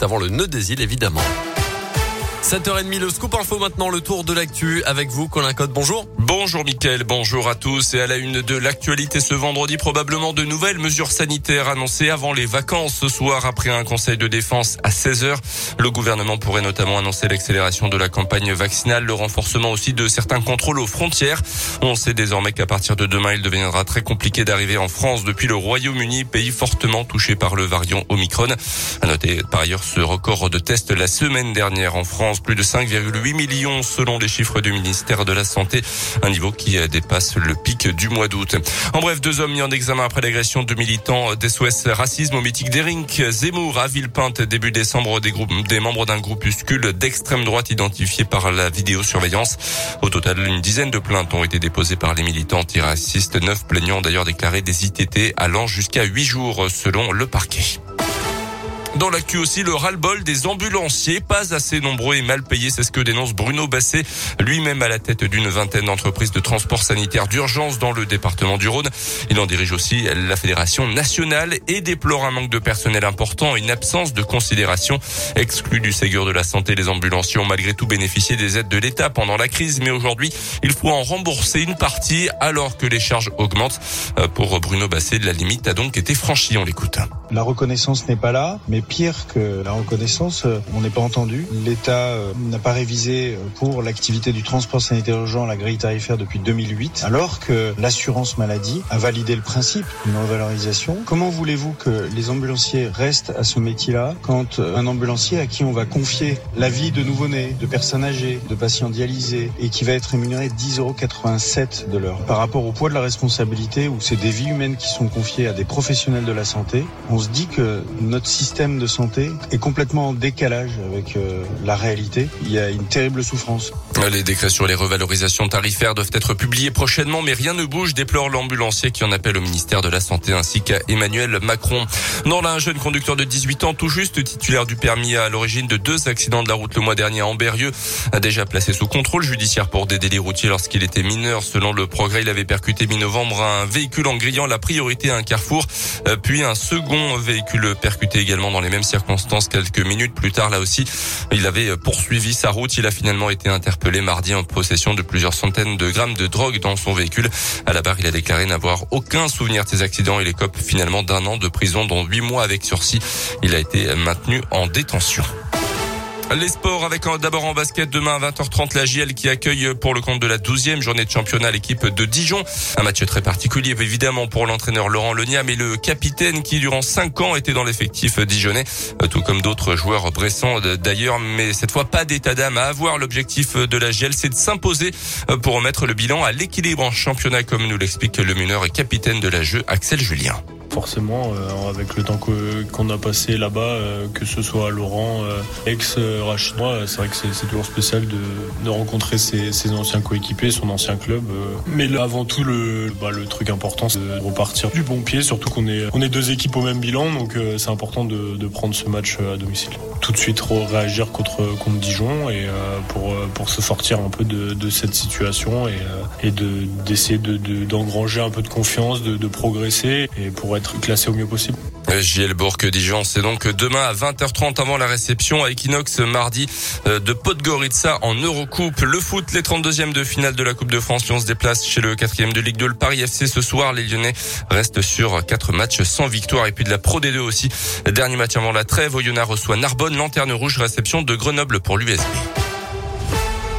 avant le nœud des îles, évidemment. 7h30, le scoop info maintenant, le tour de l'actu avec vous, Colin Cotte, bonjour. Bonjour Mickaël, bonjour à tous. Et à la une de l'actualité ce vendredi, probablement de nouvelles mesures sanitaires annoncées avant les vacances ce soir après un conseil de défense à 16h. Le gouvernement pourrait notamment annoncer l'accélération de la campagne vaccinale, le renforcement aussi de certains contrôles aux frontières. On sait désormais qu'à partir de demain, il deviendra très compliqué d'arriver en France depuis le Royaume-Uni, pays fortement touché par le variant Omicron. À noter par ailleurs ce record de tests la semaine dernière en France. Plus de 5,8 millions selon les chiffres du ministère de la Santé, un niveau qui dépasse le pic du mois d'août. En bref, 2 hommes mis en examen après l'agression de militants d'SOS Racisme au mythique d'Éric Zemmour à Villepinte début décembre, des membres d'un groupuscule d'extrême droite identifiés par la vidéosurveillance. Au total, une dizaine de plaintes ont été déposées par les militants antiracistes. 9 plaignants ont d'ailleurs déclaré des ITT allant jusqu'à 8 jours selon le parquet. Dans l'actu aussi, le ras-le-bol des ambulanciers, pas assez nombreux et mal payés, c'est ce que dénonce Bruno Basset, lui-même à la tête d'une vingtaine d'entreprises de transport sanitaire d'urgence dans le département du Rhône. Il en dirige aussi la fédération nationale et déplore un manque de personnel important et une absence de considération. Exclus du Ségur de la santé, les ambulanciers ont malgré tout bénéficié des aides de l'État pendant la crise, mais aujourd'hui, il faut en rembourser une partie alors que les charges augmentent. Pour Bruno Basset, la limite a donc été franchie, on l'écoute. La reconnaissance n'est pas là, mais pire que la reconnaissance, on n'est pas entendu. L'État n'a pas révisé pour l'activité du transport sanitaire urgent la grille tarifaire depuis 2008, alors que l'assurance maladie a validé le principe d'une revalorisation. Comment voulez-vous que les ambulanciers restent à ce métier-là quand un ambulancier à qui on va confier la vie de nouveau-nés, de personnes âgées, de patients dialysés et qui va être rémunéré 10,87 € de l'heure par rapport au poids de la responsabilité où c'est des vies humaines qui sont confiées à des professionnels de la santé. On se dit que notre système de santé est complètement en décalage avec la réalité. Il y a une terrible souffrance. Les décrets sur les revalorisations tarifaires doivent être publiés prochainement, mais rien ne bouge, déplore l'ambulancier qui en appelle au ministère de la Santé ainsi qu'à Emmanuel Macron. Dans l'un, un jeune conducteur de 18 ans, tout juste titulaire du permis à l'origine de 2 accidents de la route le mois dernier à Ambérieu, a déjà placé sous contrôle judiciaire pour des délits routiers lorsqu'il était mineur. Selon le Progrès, il avait percuté mi-novembre un véhicule en grillant la priorité à un carrefour, puis un second véhicule percuté également dans les mêmes circonstances quelques minutes plus tard. Là aussi, il avait poursuivi sa route. Il a finalement été interpellé mardi en possession de plusieurs centaines de grammes de drogue dans son véhicule. À la barre, il a déclaré n'avoir aucun souvenir de ces accidents. Il écope finalement d'1 an de prison, dont 8 mois avec sursis. Il a été maintenu en détention. Les sports avec d'abord en basket demain à 20h30 la JL qui accueille pour le compte de la 12e journée de championnat l'équipe de Dijon. Un match très particulier évidemment pour l'entraîneur Laurent Leniam et le capitaine qui durant 5 ans était dans l'effectif dijonnais, tout comme d'autres joueurs bressans d'ailleurs, mais cette fois pas d'état d'âme à avoir. L'objectif de la JL, c'est de s'imposer pour remettre le bilan à l'équilibre en championnat, comme nous l'explique le meneur et capitaine de la jeu Axel Julien. Forcément, avec le temps qu'on a passé là-bas, que ce soit Laurent, Rachid, c'est vrai que c'est toujours spécial de rencontrer ses anciens coéquipiers, son ancien club. Mais là, avant tout, le truc important, c'est de repartir du bon pied, surtout qu'on est 2 équipes au même bilan, donc c'est important de prendre ce match à domicile. Tout de suite réagir contre Dijon et pour se sortir un peu de cette situation et d'essayer d'engranger un peu de confiance, de progresser et pour être classé au mieux possible. JL Bourg-Dijon, c'est donc demain à 20h30 avant la réception à Equinox mardi de Podgorica en Eurocoupe. Le foot, les 32e de finale de la Coupe de France. Lyon se déplace chez le 4e de Ligue 2, le Paris FC ce soir. Les Lyonnais restent sur 4 matchs sans victoire. Et puis de la Pro D2 aussi. Dernier match avant la trêve, Oyonnax reçoit Narbonne, Lanterne Rouge, réception de Grenoble pour l'USB.